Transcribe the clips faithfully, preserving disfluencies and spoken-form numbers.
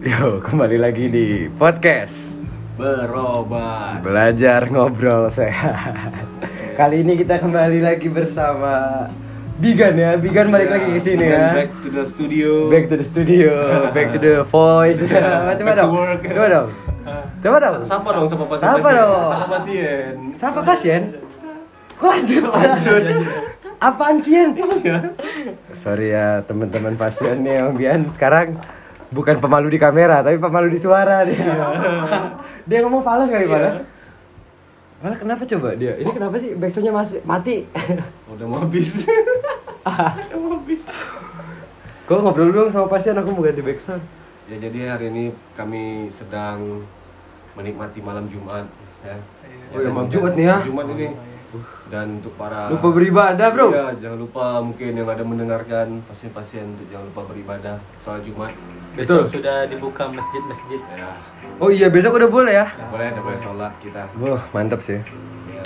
Yo, kembali lagi di podcast Berobat Belajar Ngobrol Sehat. Kali ini kita kembali lagi bersama Bigan ya. Bigan balik ya, lagi ke sini ya. ya. Back to the studio. Back to the studio. Back to the voice. Coba Back dong. to work. Coba dong. Coba dong. Sapa dong sama pasien. Sapa dong. Sama pasien. Siapa pasien? Kok lanjut? Lanjut. Apaan sih? Sorry ya teman-teman pasien nih yang Bian sekarang bukan pemalu di kamera tapi pemalu di suara dia. Dia ngomong falas kali pada. Malah kenapa coba dia? Ini kenapa sih backsoundnya masih mati? Udah mau habis. Udah mau habis. Kok ngobrol dulu dong sama pasien, aku mau ganti backsound. Ya jadi hari ini kami sedang menikmati malam Jumat ya. Oh ya, malam Jumat nih ya. Jumat ini. Dan untuk para Lupa beribadah, Bro. Iya, jangan lupa mungkin yang ada mendengarkan pasien-pasien untuk jangan lupa beribadah sholat Jumat. Besok Betul. sudah dibuka masjid-masjid. Ya, Oh iya, besok udah boleh ya? boleh ada boleh sholat kita. Wah, mantap sih. Ya.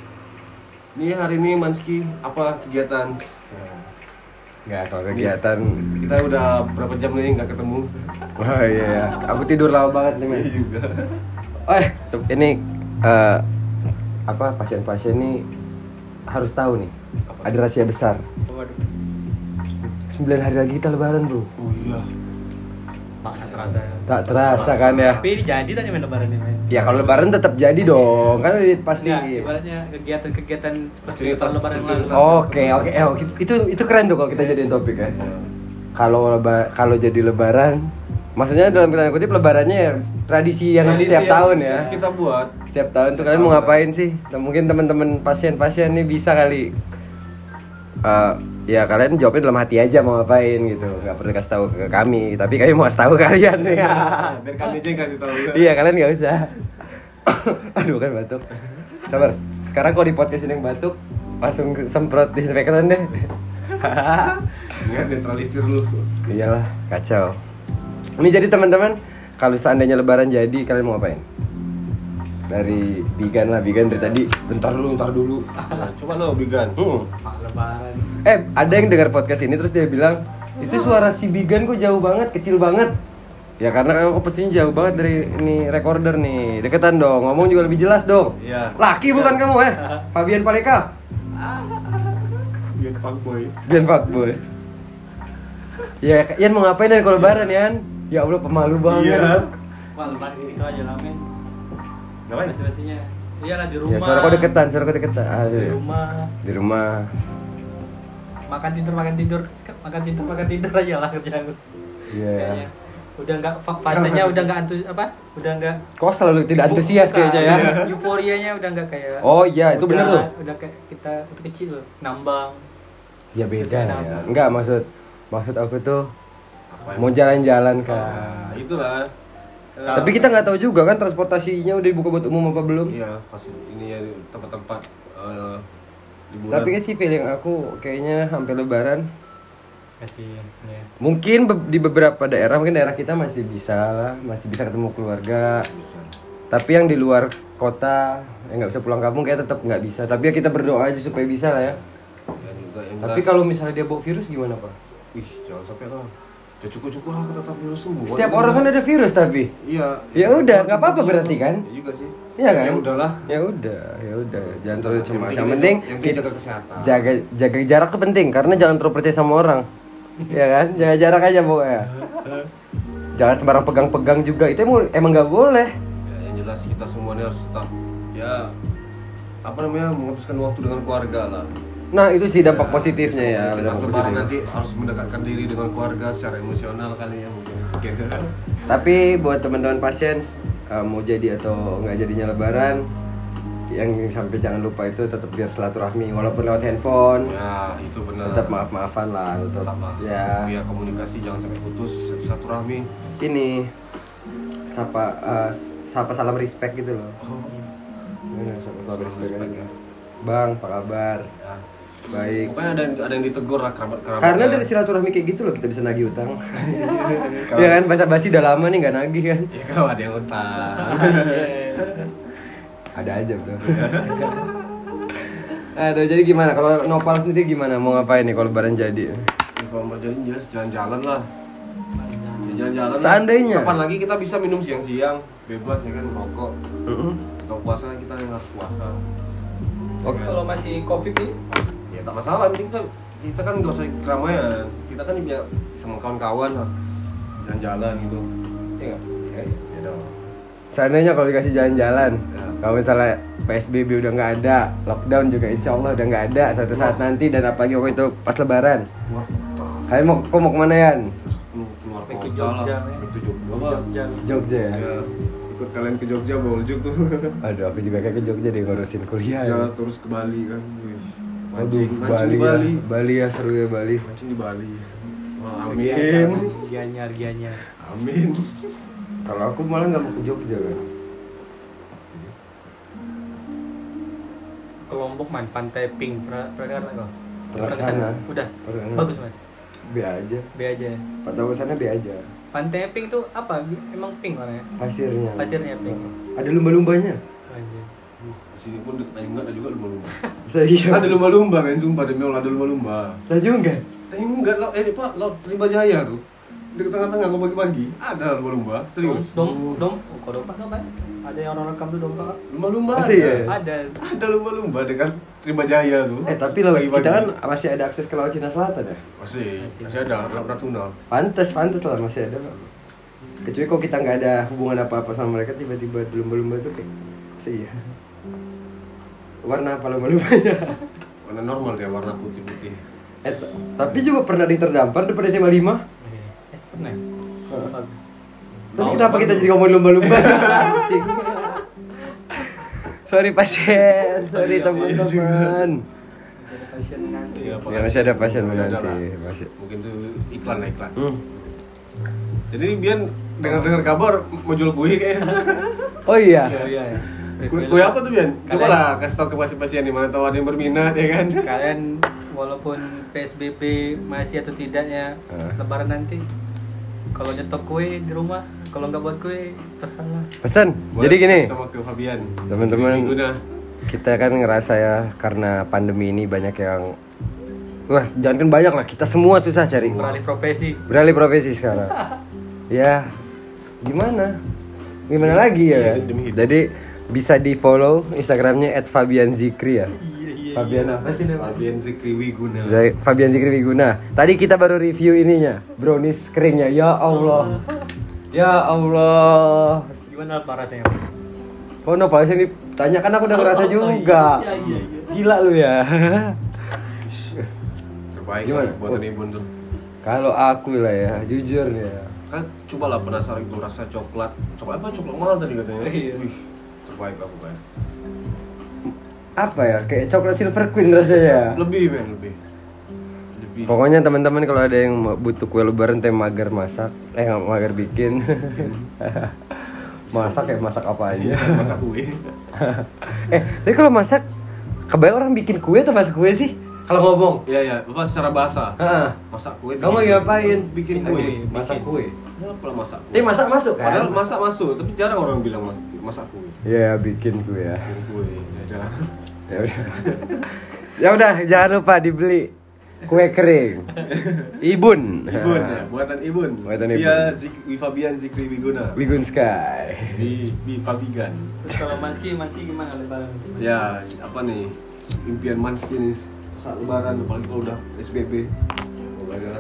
Ini hari ini Manski apa kegiatan? Enggak, kalau kegiatan Kita udah berapa jam nih nggak ketemu? wah iya ya. Aku tidur lama banget nih, men. Iya juga. Eh, ini eh, apa pasien-pasien ini harus tahu nih. Apa? Ada rahasia besar. Waduh, sembilan hari lagi kita lebaran, Bro. Oh iya. maksa terasa. Tak terasa kan ya? Tapi ini jadi tanya main lebaran ini, main. Ya kalau lebaran tetap jadi dong. Kan udah pasti. Ya, ibaratnya kegiatan-kegiatan seperti Rutinitas- tahun lebaran yang lalu. rutinitas. Oke, oke. Eh, itu itu keren tuh kalau kita jadiin topik ya. Kalau leba, kalau jadi lebaran, maksudnya dalam tanda kutip lebarannya ya tradisi yang Tradisi setiap yang tahun ya. Kita buat. Setiap tahun tuh kalian mau ngapain sih? Nah, mungkin teman-teman pasien-pasien nih bisa kali eh, ya kalian jawabnya dalam hati aja mau ngapain gitu. Nggak perlu kasih tahu ke kami, tapi kami mau kasih tahu kalian nih. Biar kami aja yang kasih tahu. Iya, kalian nggak usah. Aduh, kan batuk. Sabar. Sekarang kalau di podcast ini yang batuk, langsung semprot disinfektan deh. Ingat netralisir lu. Iyalah, kacau. Ini jadi teman-teman, kalau seandainya lebaran jadi, kalian mau ngapain? Dari Bigan lah, Bigan dari tadi. Bentar dulu, bentar dulu. Nah, coba lo Bigan. Hmm. Pak lebaran. Eh, ada yang dengar podcast ini terus dia bilang, itu suara si Bigan kok jauh banget, kecil banget. Ya karena aku pastinya jauh banget dari ini recorder nih. Deketan dong, ngomong juga lebih jelas dong. Iya. Laki bukan kamu eh? Fabian Paleka. Biar fuckboy. Bian fuckboy. Ya, Yan mau ngapain dan kalau lebaran Yan? Ya Allah, pemalu banget. Iya. Pak lebaran itu aja lah, men. Ngapain? Basi-basinya. Iyalah di rumah. Ya, suara kau deketan, suara kau deketan. Ah, Di iya. rumah. Di rumah. Makan tidur, makan tidur. Makan tidur, makan tidur aja lah kerjaan gue. Iya. Kayaknya. Udah enggak fasenya udah enggak antus apa? Udah enggak Kok selalu tidak antusias Bukan, kayaknya ya? euforianya udah enggak kayak. Oh iya, itu udah- bener tuh. Udah kayak kita waktu kecil loh, nambang. Ya beda Biasanya ya. apa? Enggak, maksud maksud aku tuh Apaan? mau jalan-jalan kan. Nah, itulah. Eh, Tapi kita nggak tahu juga kan transportasinya udah dibuka buat umum apa belum. Iya, pas ini ya tempat-tempat eh, liburan. Tapi kan sih feeling aku kayaknya hampir lebaran. Kasihan ya. Mungkin be- di beberapa daerah, mungkin daerah kita masih bisa lah, masih bisa ketemu keluarga. bisa. Tapi yang di luar kota yang nggak bisa pulang kampung kayak tetap nggak bisa. Tapi ya kita berdoa aja supaya bisa lah ya. Dan juga yang Tapi jelas- kalau misalnya dia bawa virus gimana Pak? Ih, jangan sampai lah. Ya cukup-cukup lah kata virus semua. Setiap orang kan ada virus tapi. Iya. Ya udah, nggak apa-apa berarti kan? Iya juga sih. Iya kan? Ya udahlah. Ya udah, ya udah. Jangan terlalu Yang cemas. penting Yang kita- penting yang penting kita jaga kesehatan. jaga jaga jarak tuh penting karena jangan terlalu percaya sama orang. Ya kan? Jaga jarak aja pokoknya. Jangan sembarang pegang-pegang juga. Itu emang emang nggak boleh. Ya, yang jelas kita semuanya harus tetap ya apa namanya menghabiskan waktu dengan keluarga lah. Nah, itu sih dampak positifnya ya. Pas dampak lebaran positif. nanti harus mendekatkan diri dengan keluarga secara emosional kali ya mungkin. Oke. Tapi buat teman-teman pasien uh, mau jadi atau nggak jadinya lebaran, yang sampai jangan lupa itu tetap biar silaturahmi walaupun lewat handphone. Ya, itu benar. Tetap maaf-maafan lah, tetap. Tetap lah. Ya. Via komunikasi jangan sampai putus silaturahmi. Ini sapa uh, sapa salam respect gitu loh. Oh, Ini sapa salam respect, respect aja. ya. Bang, apa kabar? Ya. Baik. Pokoknya ada yang, ada yang ditegur lah kerabat-kerabat. Karena dari silaturahmi kayak gitu loh kita bisa nagih utang. Ya kan, basa-basi udah lama nih nggak nagih kan? Ya kalau ada yang utang. Ada aja bro. Aduh, jadi gimana? Kalau Nopal sendiri gimana? Mau ngapain nih kalau lebaran jadi? Ya, kalau mau jadi jelas jalan-jalan lah. Ya, jalan-jalan. Seandainya. Kapan lagi kita bisa minum siang-siang bebas ya kan merokok. Mm-hmm. Atau puasa kita yang harus puasa. Oke, kalau masih covid ini Ya tak masalah, penting kita kita kan nggak usah keramaian. Kita kan biar sama kawan-kawan lah jalan-jalan gitu. Iya nggak? Ya, ya dong. Seandainya kalau dikasih jalan-jalan, Ya. kalau misalnya P S B B udah nggak ada, lockdown juga insya Allah udah nggak ada suatu saat nanti, dan apalagi waktu itu pas Lebaran. Wah, Kalian mau kok mau kemana Yan? keluar Back to kota Jogja, lah. ya. Back to Jogja. Apa? Jogja. Jogja ya? Ya, ikut kalian ke Jogja bawa juk tuh. Aduh, aku juga kayak ke Jogja deh ngurusin kuliah. Jogja Ya. terus ke Bali kan. Wih. Aduh, Mancing, mancing Bali, di Bali. ya. Bali ya seru ya Bali. Mancing di Bali. Wah, Gianyar, amin. Gianyar, Gianyar. Amin. Kalau aku malah nggak mau ke Jogja kan. Ke Lombok man, Pantai Pink, pernah pernah dengar nggak kau? Pernah kesana? kesana. Udah. Pernah. Bagus man. B aja. B aja. Pas aku kesana B aja. Pantai Pink tuh apa? Emang pink warnanya? Pasirnya. Pasirnya pink. Ada lumba-lumbanya. Anjir. Di sini pun dekat Tanjung ada juga lumba-lumba. Saya. Ada lumba-lumba men, sumpah demi Allah ada lumba-lumba. Tanjung kan? Tanjung enggak lo, eh Pak, lo Rimba Jaya tuh. Di tengah-tengah kok pagi-pagi ada lumba-lumba, serius. Dom, dom, oh, kok dompak apa? Ada yang orang rekam tuh dompak. Lumba-lumba Pasti ada. ya? Ada. Ada lumba-lumba dekat Rimba Jaya tuh. Eh tapi lo Pagi-pagi. kita kan masih ada akses ke Laut Cina Selatan ya? masih, Masih. masih ada Laut Natuna. Pantes, pantes lah masih ada. Kecuali kok kita nggak ada hubungan apa-apa sama mereka, tiba-tiba ada lumba-lumba tuh kayak sih ya. Warna apa lumba-lumbanya? Warna normal dia, warna putih-putih. Eh, t- tapi juga pernah di terdampar depan S M A lima. Eh, pernah. Tapi Tahu kenapa kita sekarang. jadi ngomongin lumba-lumba sih? Anjing. Sorry pasien, sorry Iya, teman-teman. Masih ada pasien nanti. Iya, Ya masih ada pasien Ya, ada nanti, lah. masih. Mungkin tuh iklan lah iklan. Hmm. Jadi Bian dengar-dengar kabar mau jual kue kayaknya. Oh iya. Iya, iya. Kue, kue apa tuh Bian? Coba Kalian- lah kasih tau ke pasien-pasien di mana tahu ada yang berminat ya kan. Kalian walaupun P S B B masih atau tidaknya Ah. Lebaran nanti, kalau nyetok kue di rumah, kalau nggak buat kue pesan lah. Pesan. Buat Jadi gini, sama ke Fabian. teman-teman. Minggu dah. kita kan ngerasa ya karena pandemi ini banyak yang, wah jangan kan banyak lah, kita semua susah cari Beralih profesi. beralih profesi sekarang. Ya gimana? Gimana lagi ya kan? Demi hidup. Jadi bisa di follow Instagramnya at fabian zikri ya. Iya, iya. Fabian apa sih namanya? Fabian Zikri Wiguna. Zai- Fabian Zikri Wiguna. Tadi kita baru review ininya, brownies keringnya. Ya Allah, ya Allah. Gimana apa rasanya? Oh no, Pak, ini tanya kan aku udah ngerasa Oh, juga. iya, iya, iya. Gila lu ya. Terbaik Gimana? lah buatan Ibun tuh. Kalau aku lah ya, jujur nih ya. Kan cobalah penasaran itu rasa coklat. Coklat apa? Coklat mahal tadi katanya. Iya. Wih, terbaik aku kan. Apa ya? Kayak coklat Silver Queen rasanya. Lebih men, lebih. Lebih. Pokoknya teman-teman kalau ada yang mau- butuh kue lebaran teh mager masak, eh nggak mager bikin. Masak ya masak apa aja. Masak kue. eh, tapi kalau masak kebanyakan orang bikin kue atau masak kue sih? Kalau ngomong. Iya ya, apa secara bahasa? Heeh. Masak kue. Kamu lagi ngapain? Bikin Lagi kue. masak Bikin. kue. Kenapa lah masak kue? Tapi masak masuk kan? Padahal masak masuk, tapi jarang orang bilang mas- masak kue. Iya, bikin kue ya. Bikin kue, ya dah. Ya udah. Ya udah, jangan lupa dibeli kue kering. Ibun. Ibun ya, buatan Ibun. Buatan Via Ibun. Zik- Wifabian Zikri Wiguna. Wigun Sky. Di di Fabigan. Terus kalau Manski, Manski gimana lebaran nanti? Ya, apa nih? Impian Manski nih saat lebaran apalagi kalau udah S B B. Semoga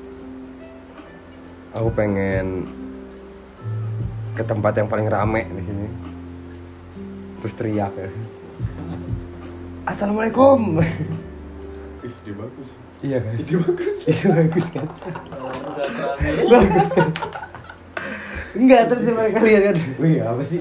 Aku pengen ke tempat yang paling rame di sini. Terus teriak ya. Assalamualaikum. Ih, dia bagus. Iya kan? Ih, dia bagus. Itu bagus kan? Kalau udah terlalu Bagus kan? Enggak, terus mereka lihat kan. Wih, apa sih?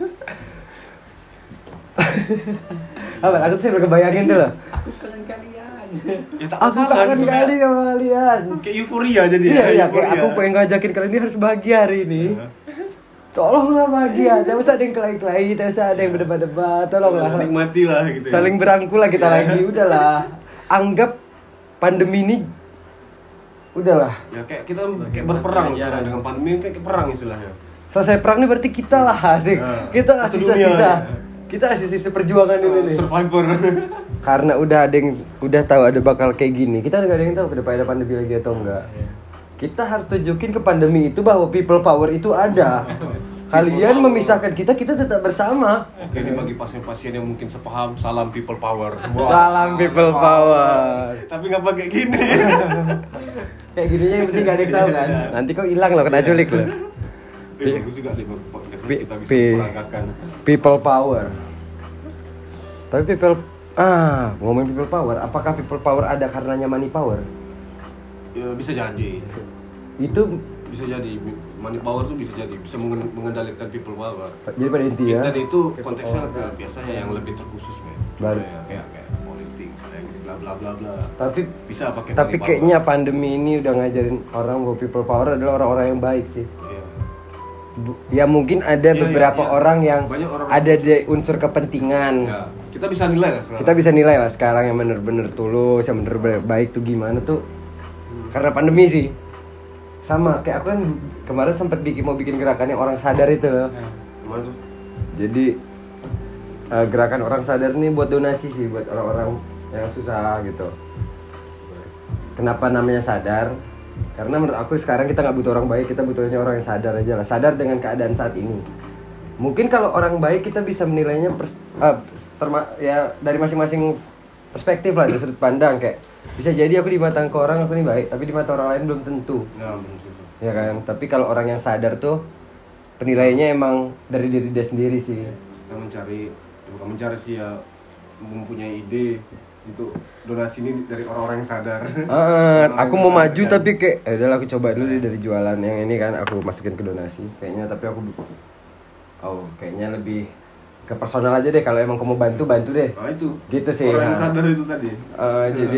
Apa? Aku tuh sampai kebayangin tuh loh. aku kalian kalian. Ya tak Aku masalah, kangen itu kayak- kali sama kalian. Kayak euforia jadi. Iya, iya, euforia. kayak aku pengen ngajakin kalian ini harus bahagia hari ini. Tolonglah bahagia, jangan usah ada yang kelahi-kelahi, jangan usah ada yang berdebat-debat, tolonglah. Nikmati lah gitu. ya. Saling berangkul lah kita lagi, udahlah. Anggap pandemi ini udahlah. Ya kayak kita kayak berperang sekarang dengan pandemi kayak perang istilahnya. Selesai perang ini berarti kita lah asik. Nah, Kita lah satu sisa-sisa. dunia. Kita sisa-sisa perjuangan ini nih. Survivor. Karena udah ada yang udah tahu ada bakal kayak gini. Kita nggak ada yang tahu ke depan ada pandemi lagi atau enggak. kita harus tunjukin ke pandemi itu bahwa people power itu ada. Kalian memisahkan kita, kita tetap bersama. Oke, ini bagi pasien-pasien yang mungkin sepaham, salam people power. Wow. Salam people power. Tapi nggak pakai gini. Kayak gininya yang penting gak ada yang tahu kan. Nanti kok hilang loh, kena culik loh. Tapi bagus juga sih podcast kita bisa P- melanggarkan people power. Tapi people ah ngomongin people power, apakah people power ada karenanya money power? ya, bisa jadi. Itu Bisa jadi money power tuh bisa jadi bisa mengen- mengendalikan people power. jadi pada intinya Dan itu konteksnya ke biasanya yang lebih terkhusus, men. Baru. Kayak kayak, kayak politik, kayak gitu, bla bla bla bla. tapi Bisa pakai tapi money power. kayaknya pandemi ini udah ngajarin orang bahwa people power adalah orang-orang yang baik sih. Iya. Bu- Ya mungkin ada Iya, beberapa iya, iya. orang yang Banyak orang- ada di unsur kepentingan. Ya, kita bisa nilai lah sekarang. Kita bisa nilai lah sekarang yang bener-bener tulus, yang bener-bener baik tuh gimana tuh. Karena pandemi sih. Sama kayak aku kan kemarin sempat bikin mau bikin gerakan yang orang sadar itu loh. Gimana tuh? Jadi eh, gerakan orang sadar nih buat donasi sih buat orang-orang yang susah gitu. Kenapa namanya sadar? Karena menurut aku sekarang kita nggak butuh orang baik, kita butuhnya orang yang sadar aja lah. Sadar dengan keadaan saat ini. Mungkin kalau orang baik kita bisa menilainya pers- eh, terma- ya dari masing-masing perspektif lah, dari sudut pandang. Kayak bisa jadi aku di mata ke orang aku nih baik, tapi di mata orang lain belum tentu. Ya, betul. Ya kan? Tapi kalau orang yang sadar tuh penilaiannya emang dari diri dia sendiri sih. Kita mencari bukan mencari sih ya, mempunyai ide itu donasi ini dari orang-orang yang sadar. Ah, Orang-orang aku yang mau sadar, maju kan? tapi kayak eh udahlah aku coba dulu deh dari jualan yang ini kan aku masukin ke donasi kayaknya, tapi aku oh kayaknya lebih ke personal aja deh, kalau emang kamu bantu bantu deh. Nah itu. Gitu sih. Orang yang Nah. sadar itu tadi. Eh, jadi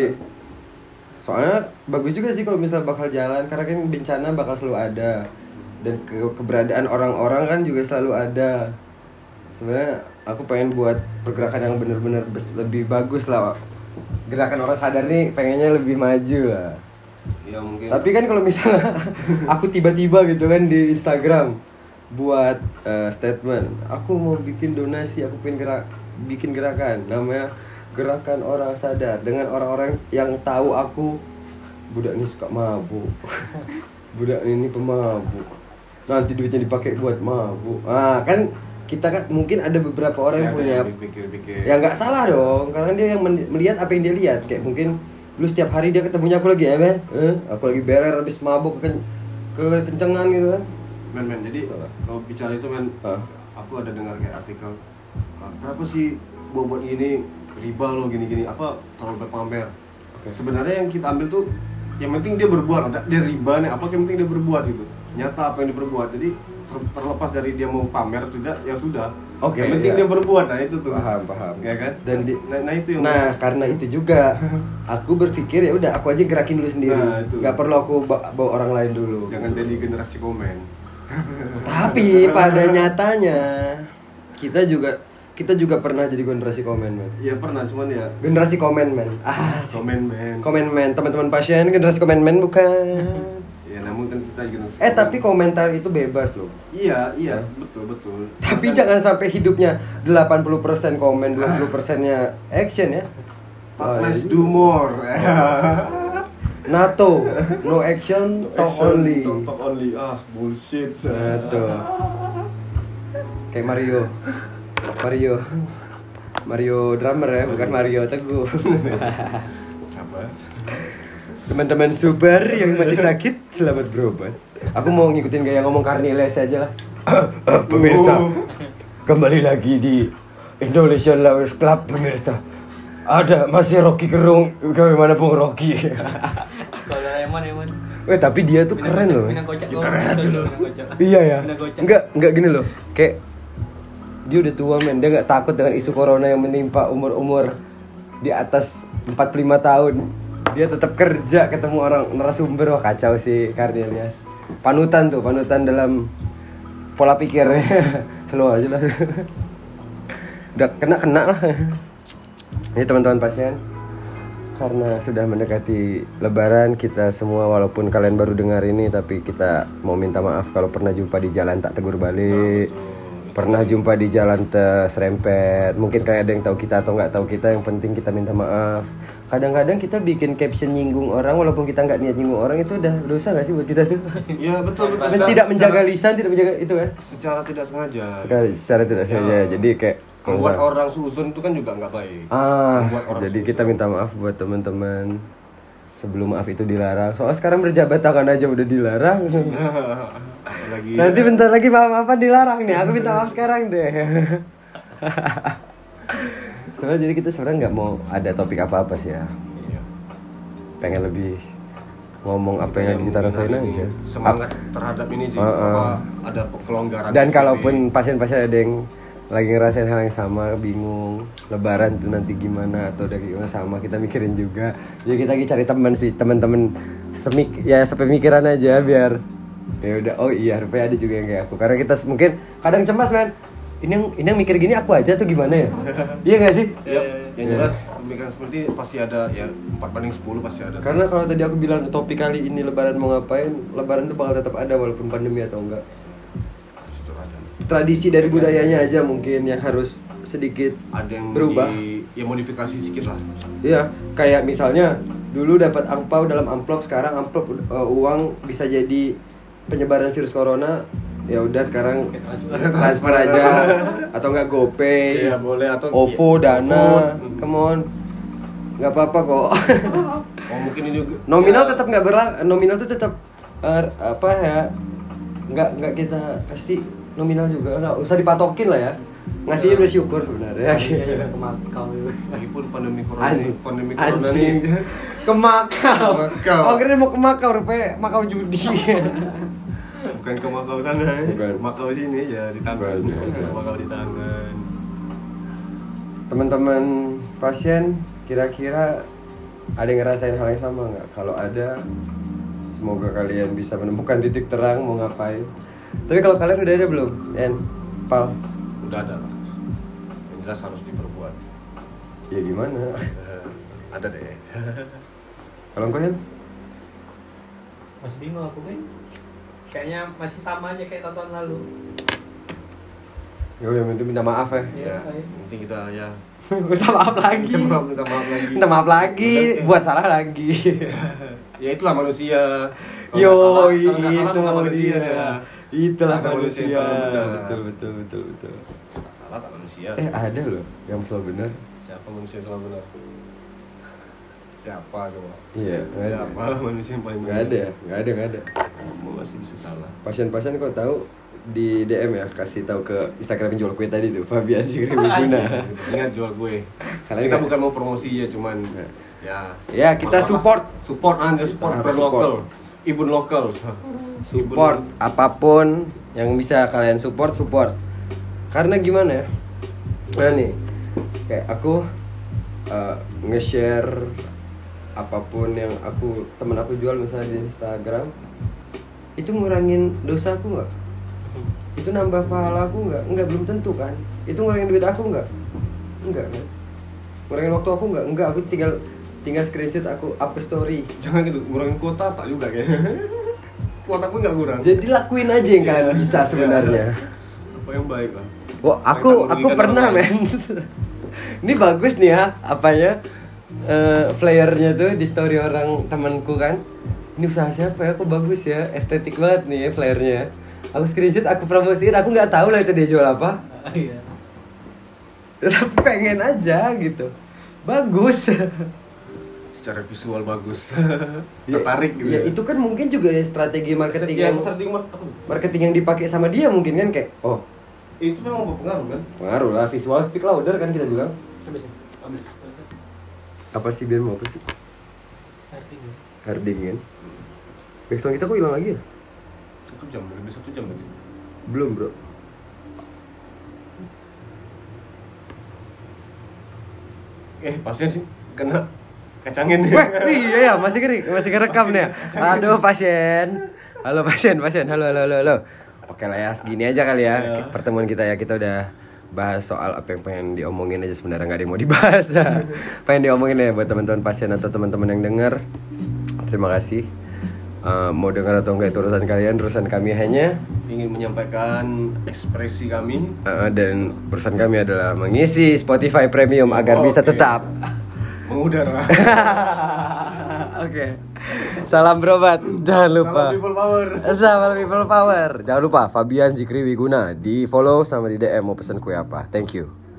soalnya bagus juga sih kalau misal bakal jalan, karena kan bencana bakal selalu ada dan ke- keberadaan orang-orang kan juga selalu ada. Sebenarnya aku pengen buat pergerakan yang bener-bener bes- lebih bagus lah. Gerakan orang sadar nih pengennya lebih maju lah. Ya mungkin. Tapi kan kalau misalnya aku tiba-tiba gitu kan di Instagram buat eh, statement, aku mau bikin donasi, aku pengen gerak bikin gerakan namanya gerakan orang sadar, dengan orang-orang yang tahu aku budak ini suka mabuk. Budak ini pemabuk. Nanti duitnya dipakai buat mabuk. Ah, kan kita kan mungkin ada beberapa orang yang Ada punya pikir-pikir. ya nggak salah dong, karena dia yang men- melihat apa yang dia lihat. Kayak mungkin lu setiap hari dia ketemunya aku lagi eh, eh aku lagi beler habis mabuk kan ke kencengan gitu kan. Men men, jadi Salah. kalau bicara itu men, Hah? aku ada dengar kayak artikel, "Ah, kenapa sih buat-buat ini riba loh gini-gini, apa terlalu berpamer." Oke. Sebenarnya yang kita ambil tuh, yang penting dia berbuat, ada dia riba nih, apa yang penting dia berbuat gitu, nyata apa yang dia berbuat. Jadi ter- terlepas dari dia mau pamer atau tidak, ya sudah. Oke, yang penting iya. dia berbuat, nah itu tuh. Paham, paham. Ya kan? Dan di- nah, nah itu yang Nah, karena itu juga aku berpikir ya udah aku aja gerakin dulu sendiri. Nah, itu. Nggak perlu aku ba- bawa orang lain dulu. jangan jadi generasi komen. Tapi pada nyatanya kita juga kita juga pernah jadi generasi komen, men. Iya pernah, cuman ya Generasi komen, men. Ah, komen men. komen, men. Teman-teman pasien generasi komen, men bukan. Ya namun kan kita generasi. Eh, komen. tapi komentar itu bebas loh. Iya, iya, betul, betul. Tapi jangan sampai hidupnya delapan puluh persen komen, dua puluh persennya action ya. Talk less, do more. NATO, no action, talk Action, only. Talk, talk only. Ah, bullshit. NATO. Kayak Mario. Mario. Mario drummer ya, bukan Mario Teguh. Sabar. Teman-teman super yang masih sakit, selamat berobat. Aku mau ngikutin gaya ngomong Karniles aja lah. Pemirsa, kembali lagi di Indonesian Lovers Club, pemirsa. Ada masih Rocky Gerung, bagaimanapun Rocky. Kalau Doraemon, Emon. Weh, tapi dia tuh keren loh. Minang kocak Kita gua, keren betul, loh. minang kocak. Iya ya. Minang kocak. Enggak, enggak gini loh. Kayak dia udah tua, men. Dia enggak takut dengan isu corona yang menimpa umur-umur di atas empat puluh lima tahun. Dia tetap kerja, ketemu orang narasumber. Wah, kacau sih Karnelias. Panutan tuh, panutan dalam pola pikir. Slow aja lah. Udah kena-kena lah. Ini teman-teman pasien, karena sudah mendekati lebaran, kita semua walaupun kalian baru dengar ini, tapi kita mau minta maaf kalau pernah jumpa di jalan tak tegur balik. Betul. pernah jumpa di jalan terserempet. Mungkin kayak ada yang tahu kita atau nggak tahu kita, yang penting kita minta maaf. Kadang-kadang kita bikin caption nyinggung orang walaupun kita nggak niat nyinggung orang, itu udah dosa nggak sih buat kita tuh? Iya betul betul. Men, tidak menjaga lisan, tidak menjaga itu kan? Secara tidak sengaja. Secara, secara tidak sengaja. Ya. Jadi kayak membuat orang suzon itu kan juga nggak baik. Ah, jadi suzon. Kita minta maaf buat teman-teman sebelum maaf itu dilarang. Soalnya sekarang berjabat tangan aja udah dilarang. Lagi, nanti ya. Bentar lagi maaf-maafan dilarang nih. Aku minta maaf sekarang deh. Sebenarnya jadi kita sebenarnya nggak mau ada topik apa-apa sih ya. Iya. Pengen lebih ngomong apa yang kita rasain aja. Semangat Ap- terhadap ini sih. Uh, uh. Apa ada kelonggaran. Dan kalaupun pasien-pasien ada yang lagi ngerasain hal yang sama, bingung lebaran tuh nanti gimana atau udah gimana sama, kita mikirin juga. Jadi kita lagi cari teman sih, teman-teman semik ya sepemikiran aja biar ya udah, oh iya rupanya ada juga yang kayak aku. Karena kita mungkin kadang cemas men, ini yang ini yang mikir gini aku aja tuh gimana ya. Iya gak sih? Iya, yang jelas pemikiran seperti pasti ada ya, empat banding sepuluh pasti ada. Karena kalau tadi aku bilang topik kali ini lebaran mau ngapain, lebaran tuh bakal tetap ada walaupun pandemi atau enggak. Tradisi dari budayanya aja mungkin yang harus sedikit ada yang berubah. Di, ya modifikasi sedikit lah. Iya, kayak misalnya dulu dapat angpau dalam amplop, sekarang amplop uh, uang bisa jadi penyebaran virus corona. Ya udah sekarang transfer aja atau enggak GoPay. Iya, boleh atau OVO, ya, Dana. OVO. Come on. Enggak apa-apa kok. Oh, mungkin ini juga. Nominal ya. Tetap enggak berlaku, nominal tuh tetap uh, apa ya? Enggak enggak kita pasti nominal juga, nggak usah dipatokin lah ya, ngasihnya udah syukur sebenarnya. Iya juga ke Makau itu. Lagipun pandemi corona, An- pandemi corona nih ke Makau. Makau. Oh kira mau ke Makau, rupanya Makau judi. Bukan ke Makau sana, bukan. Makau sini ya di tangan. Makau di tangan. Teman-teman pasien kira-kira ada yang ngerasain hal yang sama nggak? Kalau ada, semoga kalian bisa menemukan titik terang mau ngapain. Tapi kalau kalian udah ada belum, En? Pal? Udah ada lah. Yang jelas harus diperbuat. Ya gimana? Uh, ada deh. Kalau engkau, En? Masih bingung aku, Ben. Kayaknya masih sama aja kayak tahun lalu. Ya udah, minta maaf ya. Ya, penting kita ya. minta maaf lagi. Minta maaf, minta maaf lagi. Minta maaf lagi, buat salah lagi. Ya itulah manusia. Yo, itu manusia ya. Itulah nah, manusia. manusia Betul, betul, betul, betul. Salah tak manusia. Eh ada loh yang selalu benar. Siapa manusia yang selalu benar? Siapa coba? Iya. Siapa ada. Manusia yang paling benar? Gak ada, gak ada, gak ada. Kamu masih bisa salah. Pasien-pasien kau tahu di D M ya, kasih tahu ke Instagram jual kue tadi tuh, Fabian Sigrimiguna. Ingat jual kue. Karena kita enggak. bukan mau promosi ya, cuman ya. Ya, ya kita support, support anda support brand lokal, ibun lokal, support ibun. Apapun yang bisa kalian support support. Karena gimana ya? Nah nih, kayak aku uh, nge-share apapun yang aku temen aku jual misalnya di Instagram, itu ngurangin dosa aku nggak? Itu nambah pahala aku nggak? Nggak, belum tentu kan? Itu ngurangin duit aku nggak? Enggak kan? Ngurangin waktu aku nggak? Enggak, aku tinggal tinggal screenshot aku up ke story. Jangan gitu, ngurangin kuota tak juga kayaknya. Kuota pun nggak kurang. Jadi lakuin aja yang kalian bisa sebenarnya. Apa yang baik lah. Wah, aku aku pernah men. Ini bagus nih ya, apanya? Uh, flyernya tuh di story orang temanku kan. Ini usaha siapa ya? Kok bagus ya, estetik banget nih ya flyernya. Aku screenshot, aku promosiin, aku nggak tahu lah itu dia jual apa. Iya. Tapi pengen aja gitu. Bagus. Secara visual bagus. Tertarik gitu. Ya, itu kan mungkin juga ya strategi marketing yang marketing yang dipakai sama dia mungkin kan kayak oh, itu memang berpengaruh kan? Pengaruh lah, visual speak louder kan kita bilang. Apa sih biar mau apa sih? Harding. Harding kan. Backsound kita kok hilang lagi ya? Satu jam, lebih satu jam tadi. Belum bro. Eh pasien sih kena kacangin. Wah, iya ya, masih kering, masih kerekam nih. Aduh pasien. Halo pasien, pasien. Halo, halo, halo, halo. Oke lah ya, segini aja kali ya. Yeah. Pertemuan kita ya, kita udah bahas soal apa yang pengen diomongin aja, sebenarnya nggak ada yang mau dibahas. Pengen diomongin ya buat teman-teman pasien atau teman-teman yang dengar. Terima kasih. Uh, mau dengar atau enggak itu urusan kalian, urusan kami hanya ingin menyampaikan ekspresi kami. Uh, dan urusan kami adalah mengisi Spotify Premium agar Oh, bisa okay. tetap mengudara. Oke. Okay. Salam berobat. Jangan lupa. Salam people power. Salam people power. Jangan lupa Fabian Zikri Wiguna di follow sama di D M mau pesan kue apa. Thank you.